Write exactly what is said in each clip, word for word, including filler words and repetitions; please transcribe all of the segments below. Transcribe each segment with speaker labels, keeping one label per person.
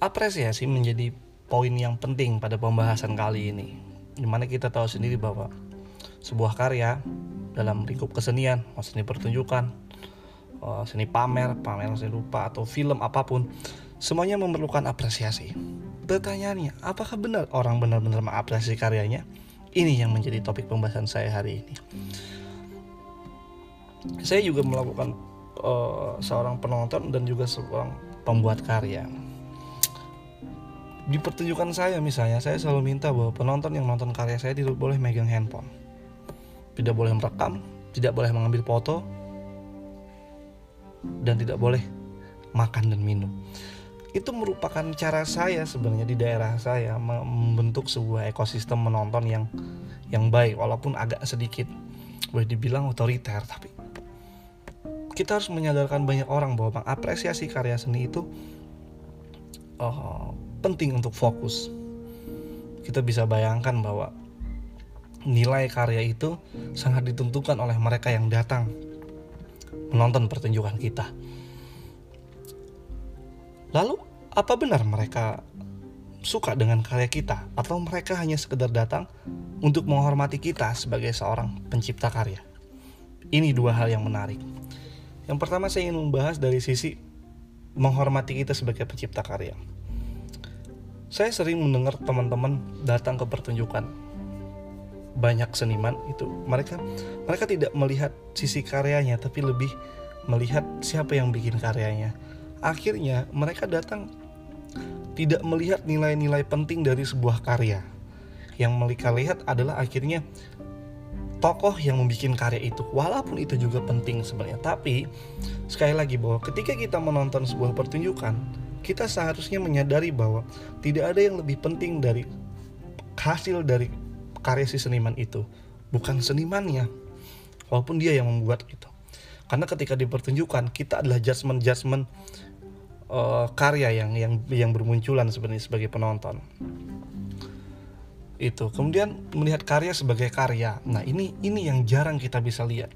Speaker 1: Apresiasi menjadi poin yang penting pada pembahasan kali ini, dimana kita tahu sendiri bahwa sebuah karya dalam lingkup kesenian, seni pertunjukan, seni pamer, pamer seni rupa, atau film apapun, semuanya memerlukan apresiasi. Pertanyaannya, apakah benar orang benar-benar mengapresiasi karyanya? Ini yang menjadi topik pembahasan saya hari ini. Saya juga melakukan uh, seorang penonton dan juga seorang pembuat karya. Di pertunjukan saya misalnya, saya selalu minta bahwa penonton yang nonton karya saya tidak boleh megang handphone, tidak boleh merekam, tidak boleh mengambil foto, dan tidak boleh makan dan minum. Itu merupakan cara saya sebenarnya di daerah saya membentuk sebuah ekosistem menonton yang yang baik, walaupun agak sedikit boleh dibilang otoriter, tapi kita harus menyadarkan banyak orang bahwa mengapresiasi karya seni itu uh, penting untuk fokus. Kita bisa bayangkan bahwa nilai karya itu sangat ditentukan oleh mereka yang datang menonton pertunjukan kita. Lalu, apa benar mereka suka dengan karya kita, atau mereka hanya sekedar datang untuk menghormati kita sebagai seorang pencipta karya? Ini dua hal yang menarik. Yang pertama, saya ingin membahas dari sisi menghormati kita sebagai pencipta karya. Saya sering mendengar teman-teman datang ke pertunjukan banyak seniman itu, mereka mereka tidak melihat sisi karyanya, tapi lebih melihat siapa yang bikin karyanya. Akhirnya mereka datang tidak melihat nilai-nilai penting dari sebuah karya. Yang mereka lihat adalah akhirnya tokoh yang membuat karya itu, walaupun itu juga penting sebenarnya. Tapi sekali lagi, bahwa ketika kita menonton sebuah pertunjukan, kita seharusnya menyadari bahwa tidak ada yang lebih penting dari hasil dari karya si seniman itu, bukan senimannya, walaupun dia yang membuat itu. Karena ketika dipertunjukkan, kita adalah judgement-judgement uh, karya yang yang yang bermunculan sebenarnya sebagai penonton. Itu. Kemudian melihat karya sebagai karya. Nah, ini ini yang jarang kita bisa lihat.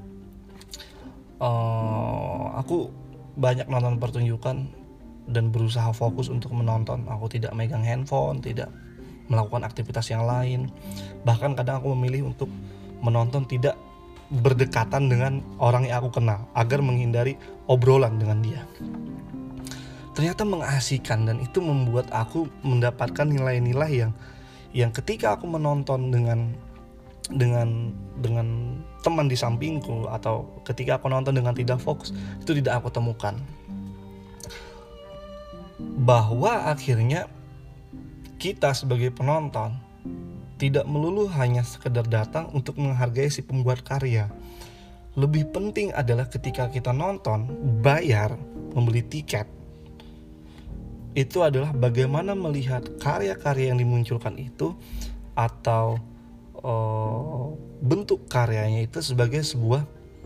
Speaker 1: Uh, aku banyak nonton pertunjukan dan berusaha fokus untuk menonton. Aku tidak megang handphone, tidak melakukan aktivitas yang lain. Bahkan kadang aku memilih untuk menonton tidak berdekatan dengan orang yang aku kenal, agar menghindari obrolan dengan dia. Ternyata mengasihkan, dan itu membuat aku mendapatkan nilai-nilai yang yang ketika aku menonton dengan dengan dengan teman di sampingku, atau ketika aku nonton dengan tidak fokus, itu tidak aku temukan. Bahwa akhirnya kita sebagai penonton tidak melulu hanya sekedar datang untuk menghargai si pembuat karya. Lebih penting adalah ketika kita nonton, bayar, membeli tiket, itu adalah bagaimana melihat karya-karya yang dimunculkan itu, atau uh, bentuk karyanya itu sebagai sebuah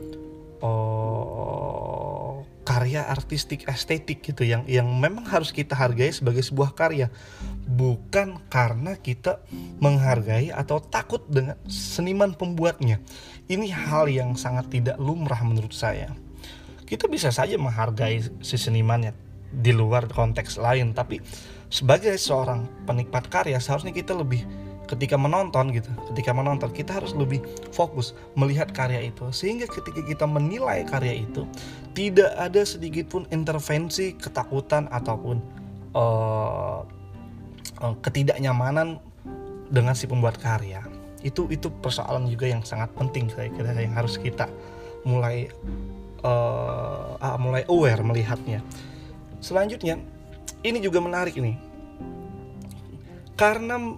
Speaker 1: uh, karya artistik estetik gitu, yang yang memang harus kita hargai sebagai sebuah karya, bukan karena kita menghargai atau takut dengan seniman pembuatnya. Ini hal yang sangat tidak lumrah menurut saya. Kita bisa saja menghargai si senimannya di luar konteks lain, tapi sebagai seorang penikmat karya seharusnya kita lebih, ketika menonton gitu, ketika menonton kita harus lebih fokus melihat karya itu, sehingga ketika kita menilai karya itu tidak ada sedikit pun intervensi, ketakutan, ataupun uh, uh, ketidaknyamanan dengan si pembuat karya. Itu itu persoalan juga yang sangat penting saya kira, yang harus kita mulai uh, uh, mulai aware melihatnya. Selanjutnya, ini juga menarik ini, karena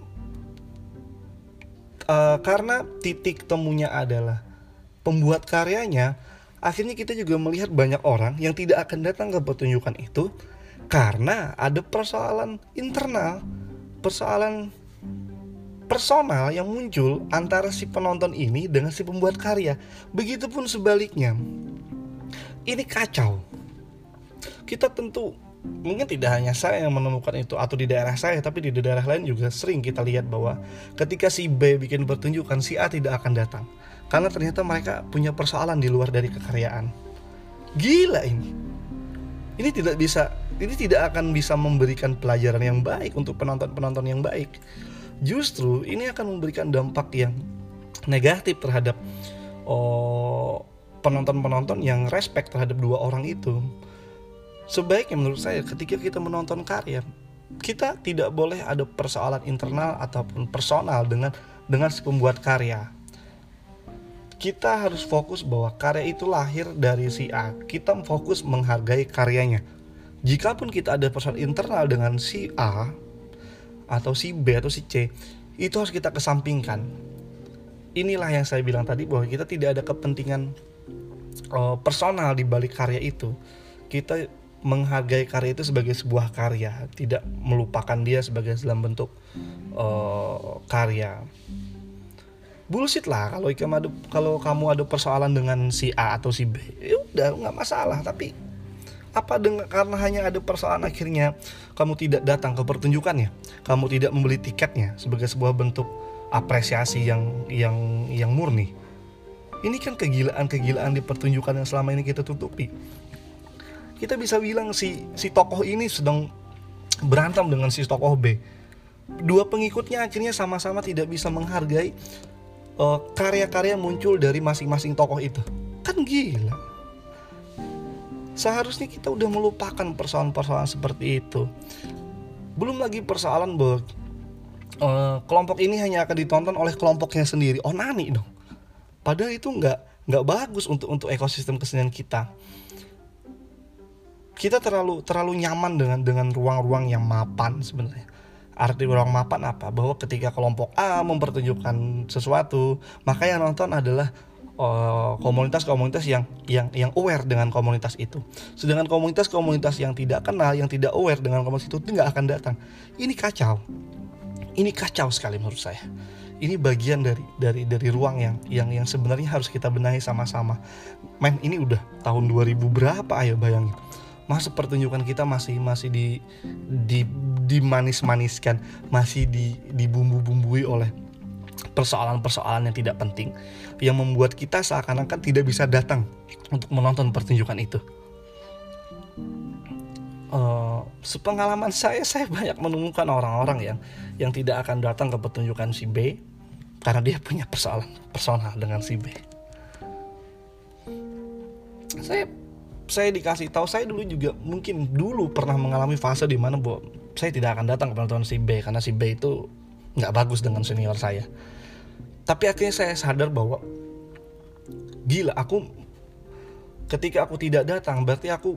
Speaker 1: uh, karena titik temunya adalah pembuat karyanya. Akhirnya kita juga melihat banyak orang yang tidak akan datang ke pertunjukan itu karena ada persoalan internal, persoalan personal yang muncul antara si penonton ini dengan si pembuat karya. Begitupun sebaliknya. Ini kacau. Kita tentu, mungkin tidak hanya saya yang menemukan itu atau di daerah saya, tapi di daerah lain juga sering kita lihat bahwa ketika si B bikin pertunjukan, si A tidak akan datang karena ternyata mereka punya persoalan di luar dari kekaryaan. Gila ini. Ini tidak bisa, ini tidak akan bisa memberikan pelajaran yang baik untuk penonton-penonton yang baik. Justru ini akan memberikan dampak yang negatif terhadap oh, penonton-penonton yang respect terhadap dua orang itu. Sebaiknya menurut saya ketika kita menonton karya, kita tidak boleh ada persoalan internal ataupun personal dengan dengan si pembuat karya. Kita harus fokus bahwa karya itu lahir dari si A. Kita fokus menghargai karyanya. Jikapun kita ada persoalan internal dengan si A atau si B atau si C, itu harus kita kesampingkan. Inilah yang saya bilang tadi, bahwa kita tidak ada kepentingan uh, personal di balik karya itu. Kita menghargai karya itu sebagai sebuah karya, tidak melupakan dia sebagai dalam bentuk uh, karya. Bullshit lah kalau kamu ada, kalau kamu ada persoalan dengan si A atau si B, ya udah nggak masalah. Tapi apa dengan karena hanya ada persoalan akhirnya kamu tidak datang ke pertunjukannya, kamu tidak membeli tiketnya sebagai sebuah bentuk apresiasi yang yang yang murni. Ini kan kegilaan-kegilaan di pertunjukan yang selama ini kita tutupi. Kita bisa bilang si si tokoh ini sedang berantem dengan si tokoh B. Dua pengikutnya akhirnya sama-sama tidak bisa menghargai uh, karya-karya muncul dari masing-masing tokoh itu. Kan gila. Seharusnya kita udah melupakan persoalan-persoalan seperti itu. Belum lagi persoalan bahwa uh, kelompok ini hanya akan ditonton oleh kelompoknya sendiri. Oh nani dong. Padahal itu nggak nggak bagus untuk untuk ekosistem kesenian kita. Kita terlalu terlalu nyaman dengan dengan ruang-ruang yang mapan sebenarnya. Arti ruang mapan apa? Bahwa ketika kelompok A mempertunjukkan sesuatu, maka yang nonton adalah uh, komunitas-komunitas yang yang yang aware dengan komunitas itu. Sedangkan komunitas-komunitas yang tidak kenal, yang tidak aware dengan komunitas itu, itu nggak akan datang. Ini kacau. Ini kacau sekali menurut saya. Ini bagian dari dari dari ruang yang yang yang sebenarnya harus kita benahi sama-sama. Men, ini udah tahun dua ribu berapa, ayo bayangin. Masa pertunjukan kita masih masih di di dimanis-maniskan, masih di dibumbu-bumbui oleh persoalan-persoalan yang tidak penting, yang membuat kita seakan-akan tidak bisa datang untuk menonton pertunjukan itu. Uh, sepengalaman saya, saya banyak menemukan orang-orang yang yang tidak akan datang ke pertunjukan si B karena dia punya persoalan personal dengan si B. Saya saya dikasih tahu, saya dulu juga mungkin dulu pernah mengalami fase di mana bahwa saya tidak akan datang ke penonton si B karena si B itu nggak bagus dengan senior saya. Tapi akhirnya saya sadar bahwa gila, aku ketika aku tidak datang berarti aku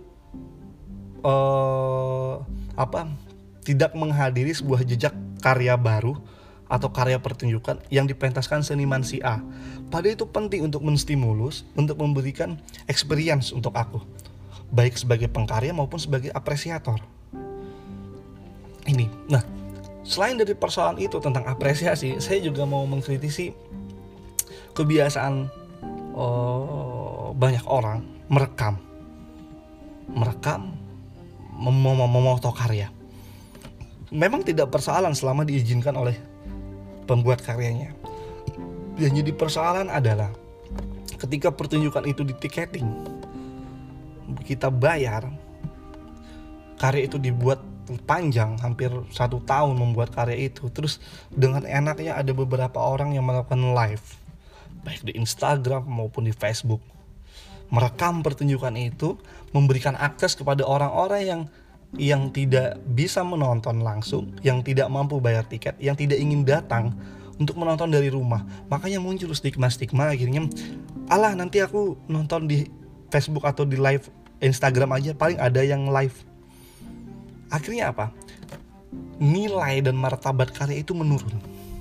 Speaker 1: uh, apa tidak menghadiri sebuah jejak karya baru atau karya pertunjukan yang dipentaskan seniman si A. Padahal itu penting untuk menstimulus, untuk memberikan experience untuk aku, baik sebagai pengkarya maupun sebagai apresiator. Ini, nah, selain dari persoalan itu tentang apresiasi, saya juga mau mengkritisi kebiasaan oh, banyak orang merekam, merekam, mem- memoto karya. Memang tidak persoalan selama diizinkan oleh pembuat karyanya. Yang jadi persoalan adalah ketika pertunjukan itu ditiketing, kita bayar, karya itu dibuat panjang, hampir satu tahun membuat karya itu, terus dengan enaknya ada beberapa orang yang melakukan live, baik di Instagram maupun di Facebook, merekam pertunjukan itu, memberikan akses kepada orang-orang yang yang tidak bisa menonton langsung, yang tidak mampu bayar tiket, yang tidak ingin datang untuk menonton dari rumah. Makanya muncul stigma-stigma akhirnya, alah nanti aku nonton di Facebook atau di live Instagram aja, paling ada yang live. Akhirnya apa? Nilai dan martabat karya itu menurun.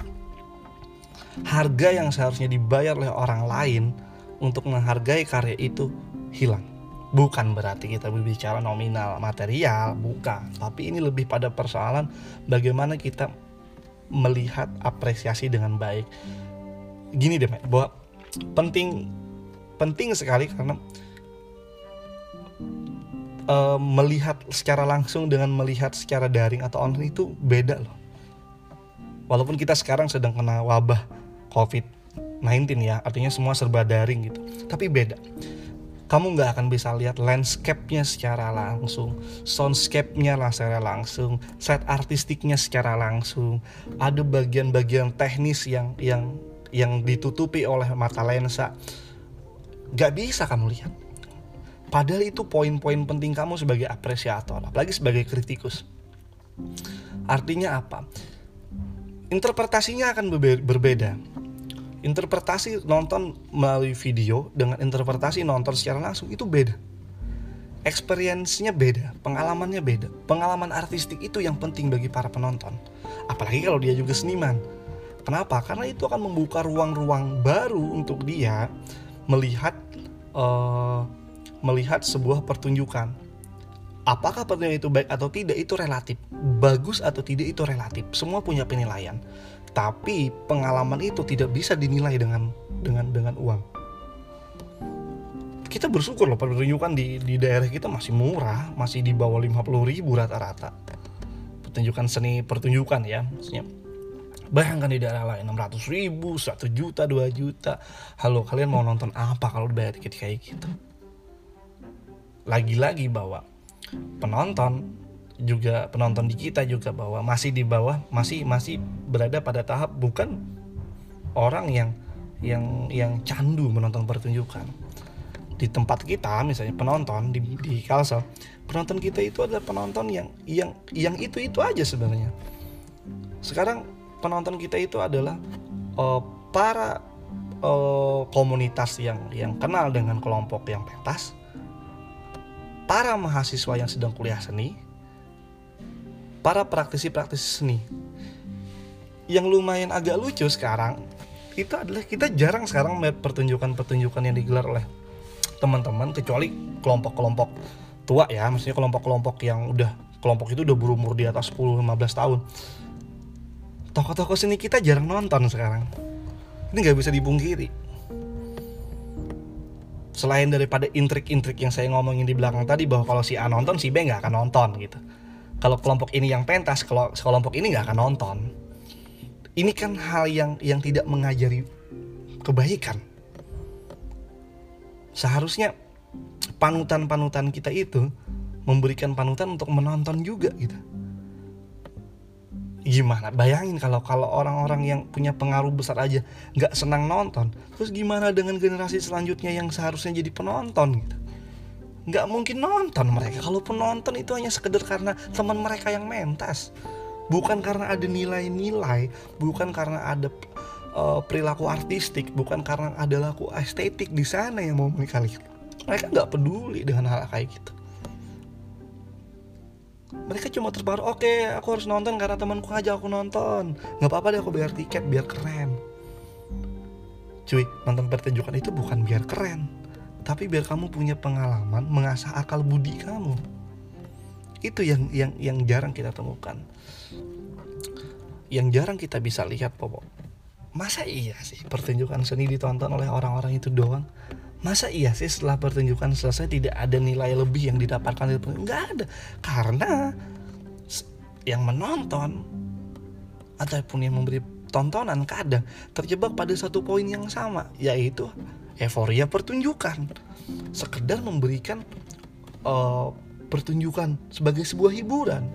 Speaker 1: Harga yang seharusnya dibayar oleh orang lain untuk menghargai karya itu hilang. Bukan berarti kita berbicara nominal material, bukan. Tapi ini lebih pada persoalan bagaimana kita melihat apresiasi dengan baik. Gini deh, bahwa penting penting sekali karena uh, melihat secara langsung dengan melihat secara daring atau online itu beda loh. Walaupun kita sekarang sedang kena wabah covid sembilan belas ya, artinya semua serba daring gitu. Tapi beda. Kamu nggak akan bisa lihat landscape-nya secara langsung, soundscape-nya lah secara langsung, set artistiknya secara langsung. Ada bagian-bagian teknis yang yang yang ditutupi oleh mata lensa. Nggak bisa kamu lihat. Padahal itu poin-poin penting kamu sebagai apresiator, apalagi sebagai kritikus. Artinya apa? Interpretasinya akan berbeda. Interpretasi nonton melalui video dengan interpretasi nonton secara langsung itu beda. Experience-nya beda, pengalamannya beda. Pengalaman artistik itu yang penting bagi para penonton. Apalagi kalau dia juga seniman. Kenapa? Karena itu akan membuka ruang-ruang baru untuk dia melihat uh, melihat sebuah pertunjukan. Apakah pertunjukan itu baik atau tidak itu relatif. Bagus atau tidak itu relatif. Semua punya penilaian. Tapi pengalaman itu tidak bisa dinilai dengan dengan dengan uang. Kita bersyukur loh pertunjukan di di daerah kita masih murah, masih di bawah lima puluh ribu rata-rata. Pertunjukan seni pertunjukan ya, maksudnya. Bayangkan di daerah lain enam ratus ribu, satu juta, dua juta. Halo, kalian mau nonton apa kalau bayar tiket kayak gitu? Lagi-lagi bahwa penonton juga penonton di kita juga bahwa masih di bawah, masih masih berada pada tahap bukan orang yang yang yang candu menonton pertunjukan. Di tempat kita misalnya penonton di di Kalsel, penonton kita itu adalah penonton yang yang yang itu itu aja sebenarnya. Sekarang penonton kita itu adalah uh, para uh, komunitas yang yang kenal dengan kelompok yang pentas, para mahasiswa yang sedang kuliah seni, para praktisi-praktisi seni. Yang lumayan agak lucu sekarang itu adalah kita jarang sekarang melihat pertunjukan-pertunjukan yang digelar oleh teman-teman, kecuali kelompok-kelompok tua ya, maksudnya kelompok-kelompok yang udah kelompok itu udah berumur di atas sepuluh lima belas tahun. Tokoh-tokoh seni kita jarang nonton sekarang. Ini gak bisa dipungkiri. Selain daripada intrik-intrik yang saya ngomongin di belakang tadi, bahwa kalau si A nonton, si B gak akan nonton gitu. Kalau kelompok ini yang pentas, kalau kelompok ini gak akan nonton. Ini kan hal yang yang tidak mengajari kebaikan. Seharusnya panutan-panutan kita itu memberikan panutan untuk menonton juga gitu. Gimana? Bayangin kalau kalau orang-orang yang punya pengaruh besar aja nggak senang nonton, terus gimana dengan generasi selanjutnya yang seharusnya jadi penonton gitu? Nggak mungkin nonton mereka. Kalau penonton itu hanya sekedar karena teman mereka yang mentas, bukan karena ada nilai-nilai, bukan karena ada uh, perilaku artistik, bukan karena ada laku estetik di sana yang mau mereka lihat. Mereka nggak peduli dengan hal kayak gitu. Mereka cuma terpengaruh, oke okay, aku harus nonton karena temanku ngajak aku nonton. Gak apa-apa deh aku bayar tiket biar keren. Cuy, nonton pertunjukan itu bukan biar keren, tapi biar kamu punya pengalaman, mengasah akal budi kamu. Itu yang yang yang jarang kita temukan. Yang jarang kita bisa lihat, Popo. Masa iya sih pertunjukan seni ditonton oleh orang-orang itu doang? Masa iya sih setelah pertunjukan selesai tidak ada nilai lebih yang didapatkan dari pertunjukan? Nggak ada. Karena yang menonton ataupun yang memberi tontonan kadang terjebak pada satu poin yang sama, yaitu euforia pertunjukan. Sekedar memberikan uh, pertunjukan sebagai sebuah hiburan.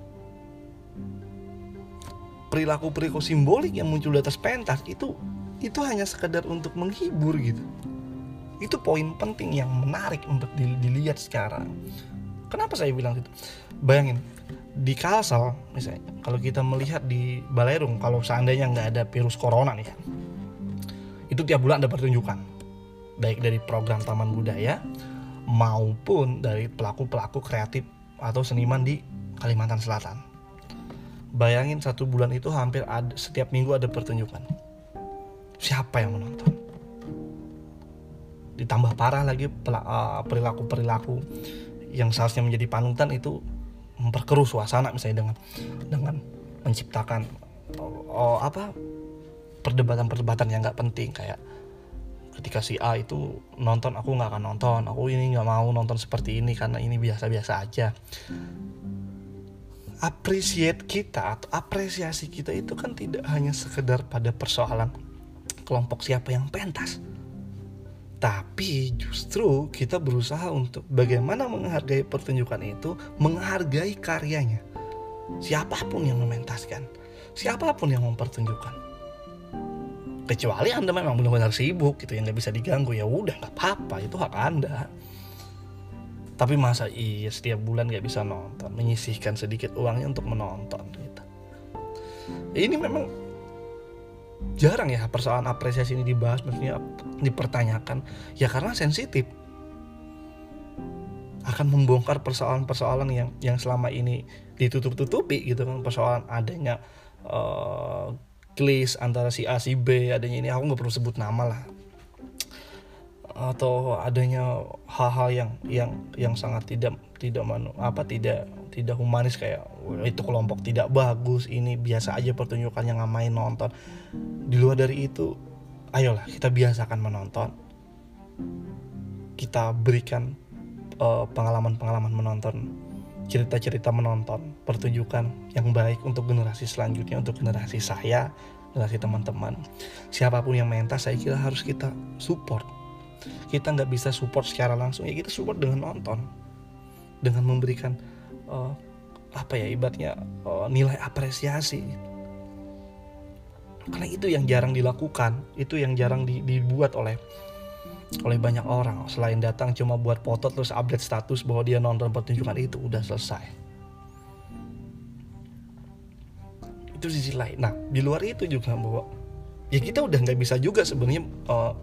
Speaker 1: Perilaku-perilaku simbolik yang muncul di atas pentas itu itu hanya sekedar untuk menghibur gitu. Itu poin penting yang menarik untuk dilihat sekarang. Kenapa saya bilang itu? Bayangin, di Kalsel misalnya, kalau kita melihat di Balerung, kalau seandainya nggak ada virus corona nih, itu tiap bulan ada pertunjukan, baik dari program Taman Budaya maupun dari pelaku-pelaku kreatif atau seniman di Kalimantan Selatan. Bayangin satu bulan itu hampir ada, setiap minggu ada pertunjukan. Siapa yang menonton? Ditambah parah lagi perilaku-perilaku yang seharusnya menjadi panutan itu memperkeruh suasana, misalnya dengan dengan menciptakan oh, apa perdebatan-perdebatan yang nggak penting, kayak ketika si A itu nonton, aku nggak akan nonton, aku ini nggak mau nonton seperti ini karena ini biasa-biasa aja. Appreciate kita atau apresiasi kita itu kan tidak hanya sekedar pada persoalan kelompok siapa yang pentas, Tapi justru kita berusaha untuk bagaimana menghargai pertunjukan itu, menghargai karyanya. Siapapun yang mementaskan, siapapun yang mempertunjukkan. Kecuali Anda memang benar-benar sibuk gitu yang nggak bisa diganggu, ya udah nggak apa-apa, itu hak Anda. Tapi masa iya setiap bulan nggak bisa nonton, menyisihkan sedikit uangnya untuk menonton gitu. Ini memang jarang ya persoalan apresiasi ini dibahas, maksudnya dipertanyakan, ya karena sensitif. Akan membongkar persoalan-persoalan yang yang selama ini ditutup-tutupi gitu kan, persoalan adanya uh, clash antara si A si B, adanya ini aku nggak perlu sebut nama lah, atau adanya hal-hal yang yang yang sangat tidak tidak manu, apa tidak tidak humanis, kayak itu kelompok tidak bagus, ini biasa aja pertunjukannya, ngamain nonton. Di luar dari itu, ayolah kita biasakan menonton, kita berikan uh, pengalaman-pengalaman menonton, cerita-cerita menonton pertunjukan yang baik untuk generasi selanjutnya, untuk generasi saya, generasi teman-teman. Siapapun yang mentas, saya kira harus kita support. Kita nggak bisa support secara langsung, ya kita support dengan nonton, dengan memberikan uh, apa ya ibaratnya uh, nilai apresiasi. Karena itu yang jarang dilakukan, itu yang jarang di, dibuat oleh oleh banyak orang. Selain datang cuma buat foto terus update status bahwa dia nonton pertunjukan itu, udah selesai. Itu sisi lain. Nah di luar itu juga bahwa ya kita udah nggak bisa juga sebenarnya uh,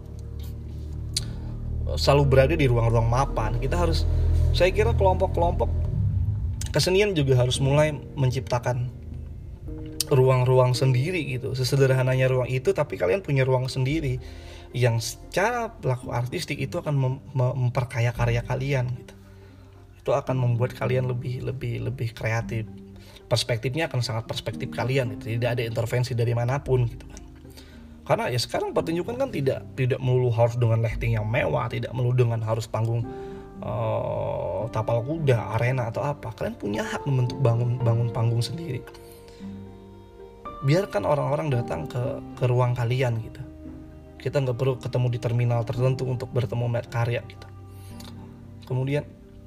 Speaker 1: selalu berada di ruang-ruang mapan. Kita harus, saya kira kelompok-kelompok kesenian juga harus mulai menciptakan ruang-ruang sendiri gitu. Sesederhananya ruang itu, tapi kalian punya ruang sendiri yang secara pelaku artistik itu akan mem- memperkaya karya kalian gitu. Itu akan membuat kalian lebih lebih lebih kreatif. Perspektifnya akan sangat perspektif kalian gitu. Tidak ada intervensi dari manapun gitu kan. Karena ya sekarang pertunjukan kan tidak tidak melulu harus dengan lighting yang mewah, tidak melulu dengan harus panggung uh, tapal kuda, arena atau apa. Kalian punya hak membentuk bangun bangun panggung sendiri. Biarkan orang-orang datang ke ke ruang kalian gitu. Kita nggak perlu ketemu di terminal tertentu untuk bertemu melihat karya gitu. Kemudian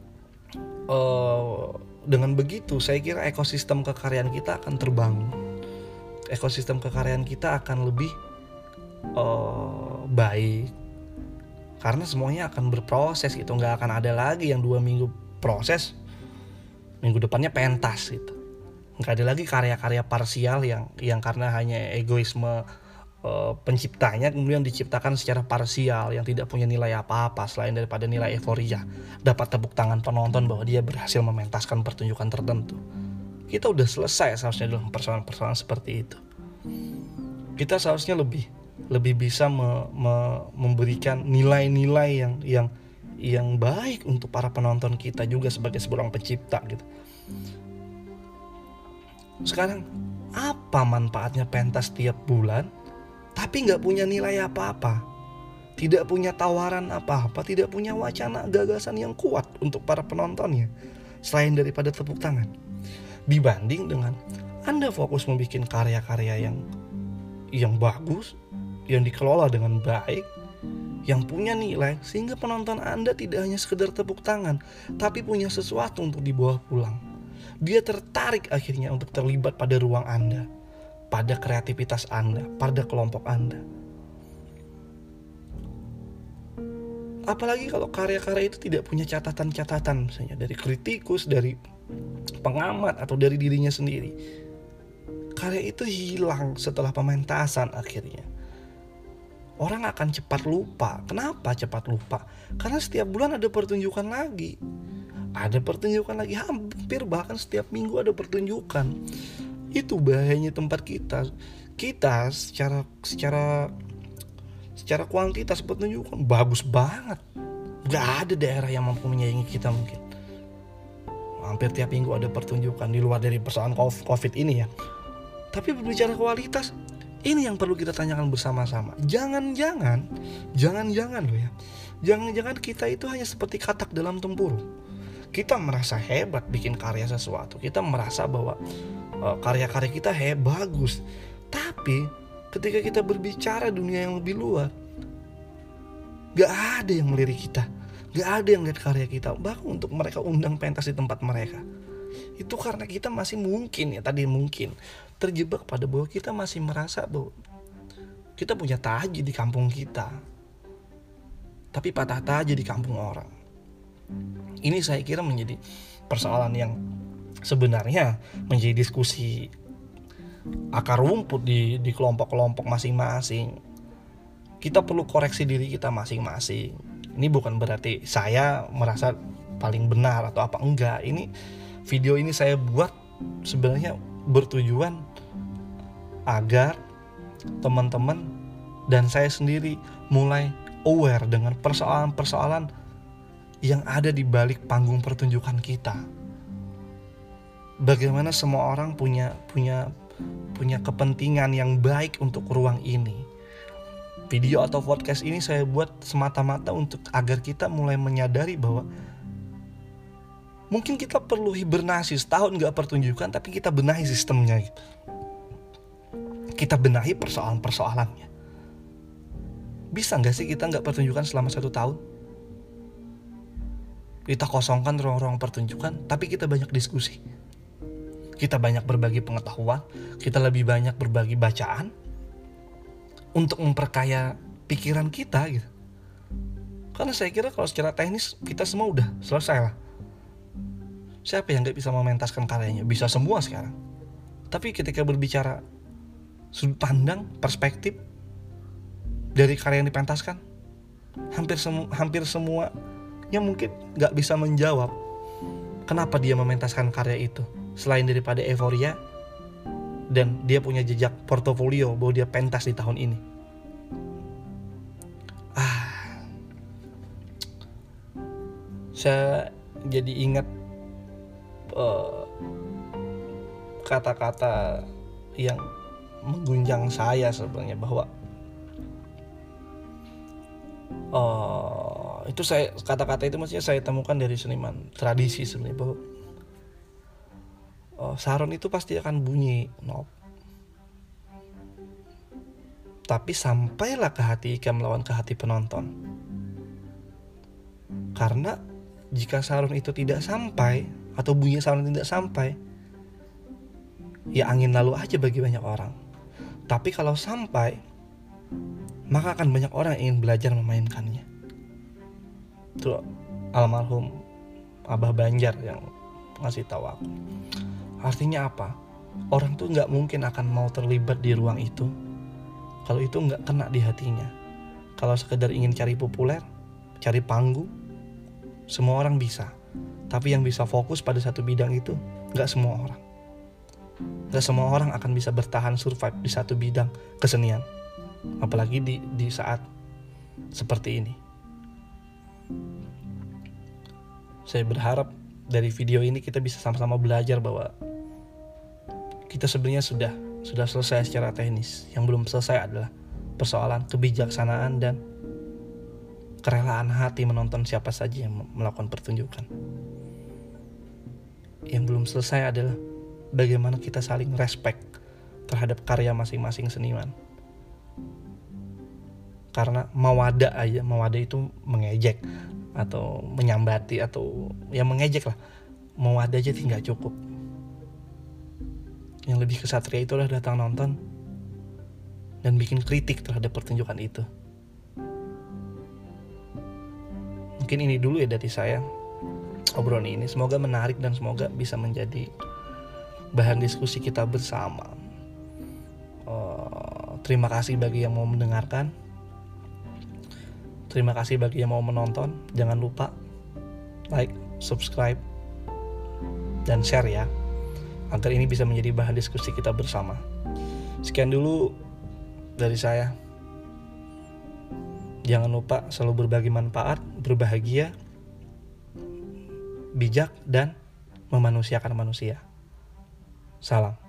Speaker 1: uh, dengan begitu saya kira ekosistem kekaryaan kita akan terbangun. Ekosistem kekaryaan kita akan lebih uh, baik. Karena semuanya akan berproses gitu. Nggak akan ada lagi yang dua minggu proses, minggu depannya pentas gitu. Nggak ada lagi karya-karya parsial yang yang karena hanya egoisme uh, penciptanya kemudian diciptakan secara parsial yang tidak punya nilai apa-apa selain daripada nilai euforia, dapat tepuk tangan penonton bahwa dia berhasil mementaskan pertunjukan tertentu. Kita udah selesai seharusnya dalam persoalan-persoalan seperti itu. Kita seharusnya lebih lebih bisa me, me, memberikan nilai-nilai yang yang yang baik untuk para penonton kita juga sebagai seorang pencipta gitu. Sekarang apa manfaatnya pentas tiap bulan tapi gak punya nilai apa-apa, tidak punya tawaran apa-apa, tidak punya wacana gagasan yang kuat untuk para penontonnya selain daripada tepuk tangan, dibanding dengan Anda fokus membuat karya-karya yang yang bagus, yang dikelola dengan baik, yang punya nilai, sehingga penonton Anda tidak hanya sekedar tepuk tangan tapi punya sesuatu untuk dibawa pulang. Dia tertarik akhirnya untuk terlibat pada ruang Anda, pada kreativitas Anda, pada kelompok Anda. Apalagi kalau karya-karya itu tidak punya catatan-catatan, misalnya dari kritikus, dari pengamat, atau dari dirinya sendiri. Karya itu hilang setelah pementasan akhirnya. Orang akan cepat lupa. Kenapa cepat lupa? Karena setiap bulan ada pertunjukan lagi. Ada pertunjukan lagi, hampir bahkan setiap minggu ada pertunjukan. Itu bahayanya tempat kita. Kita secara secara secara kuantitas pertunjukan bagus banget. Gak ada daerah yang mampu menyaingi kita mungkin. Hampir tiap minggu ada pertunjukan di luar dari persoalan COVID ini ya. Tapi berbicara kualitas, ini yang perlu kita tanyakan bersama-sama. Jangan-jangan, jangan-jangan loh ya. Jangan-jangan kita itu hanya seperti katak dalam tempurung. Kita merasa hebat bikin karya sesuatu. Kita merasa bahwa uh, karya-karya kita hebat, bagus. Tapi ketika kita berbicara dunia yang lebih luas, Gak ada yang melirik kita, gak ada yang lihat karya kita. Bahkan untuk mereka undang pentas di tempat mereka, itu karena kita masih mungkin ya tadi mungkin terjebak pada bahwa kita masih merasa bahwa kita punya taji di kampung kita, tapi patah taji di kampung orang. Ini saya kira menjadi persoalan yang sebenarnya menjadi diskusi akar rumput di, di kelompok-kelompok masing-masing. Kita perlu koreksi diri kita masing-masing. Ini bukan berarti saya merasa paling benar atau apa, enggak. Ini video ini saya buat sebenarnya bertujuan agar teman-teman dan saya sendiri mulai aware dengan persoalan-persoalan yang ada di balik panggung pertunjukan kita. Bagaimana semua orang punya punya punya kepentingan yang baik untuk ruang ini. Video atau podcast ini saya buat semata-mata untuk agar kita mulai menyadari bahwa mungkin kita perlu hibernasi setahun gak pertunjukan, tapi kita benahi sistemnya gitu. Kita benahi persoalan-persoalannya. Bisa gak sih kita gak pertunjukan selama satu tahun? Kita kosongkan ruang-ruang pertunjukan, tapi kita banyak diskusi. Kita banyak berbagi pengetahuan, kita lebih banyak berbagi bacaan untuk memperkaya pikiran kita gitu. Karena saya kira kalau secara teknis kita semua udah selesai lah. Siapa yang gak bisa mementaskan karyanya? Bisa semua sekarang. Tapi ketika berbicara sudut pandang, perspektif dari karya yang dipentaskan, hampir semu- hampir semuanya mungkin gak bisa menjawab kenapa dia mementaskan karya itu. Selain daripada euforia dan dia punya jejak portofolio bahwa dia pentas di tahun ini. Ah, saya jadi ingat uh, kata-kata yang mengguncang saya sebenarnya, bahwa uh, itu saya kata-kata itu maksudnya saya temukan dari seniman tradisi sebenarnya, bahwa Oh, saron itu pasti akan bunyi, no. Tapi sampailah ke hati ikan melawan ke hati penonton. Karena jika saron itu tidak sampai, atau bunyi saron tidak sampai, ya angin lalu aja bagi banyak orang. Tapi kalau sampai, maka akan banyak orang yang ingin belajar memainkannya. Itu almarhum Abah Banjar yang ngasih tahu aku. Artinya apa? Orang tuh gak mungkin akan mau terlibat di ruang itu kalau itu gak kena di hatinya. Kalau sekedar ingin cari populer, cari panggung, semua orang bisa. Tapi yang bisa fokus pada satu bidang itu gak semua orang. Gak semua orang akan bisa bertahan survive di satu bidang kesenian, apalagi di, di saat seperti ini. Saya berharap dari video ini kita bisa sama-sama belajar bahwa kita sebenarnya sudah sudah selesai secara teknis. Yang belum selesai adalah persoalan kebijaksanaan dan kerelaan hati menonton siapa saja yang melakukan pertunjukan. Yang belum selesai adalah bagaimana kita saling respect terhadap karya masing-masing seniman. Karena mawada aja, mawada itu mengejek atau menyambati atau ya mengejek lah. Mawada aja tidak cukup. Yang lebih kesatria itulah datang nonton dan bikin kritik terhadap pertunjukan itu. Mungkin ini dulu ya dari saya, obrolan ini. Semoga menarik dan semoga bisa menjadi bahan diskusi kita bersama. uh, Terima kasih bagi yang mau mendengarkan. Terima kasih bagi yang mau menonton. Jangan lupa like, subscribe, dan share ya, agar ini bisa menjadi bahan diskusi kita bersama. Sekian dulu dari saya. Jangan lupa selalu berbagi manfaat, berbahagia, bijak, dan memanusiakan manusia. Salam.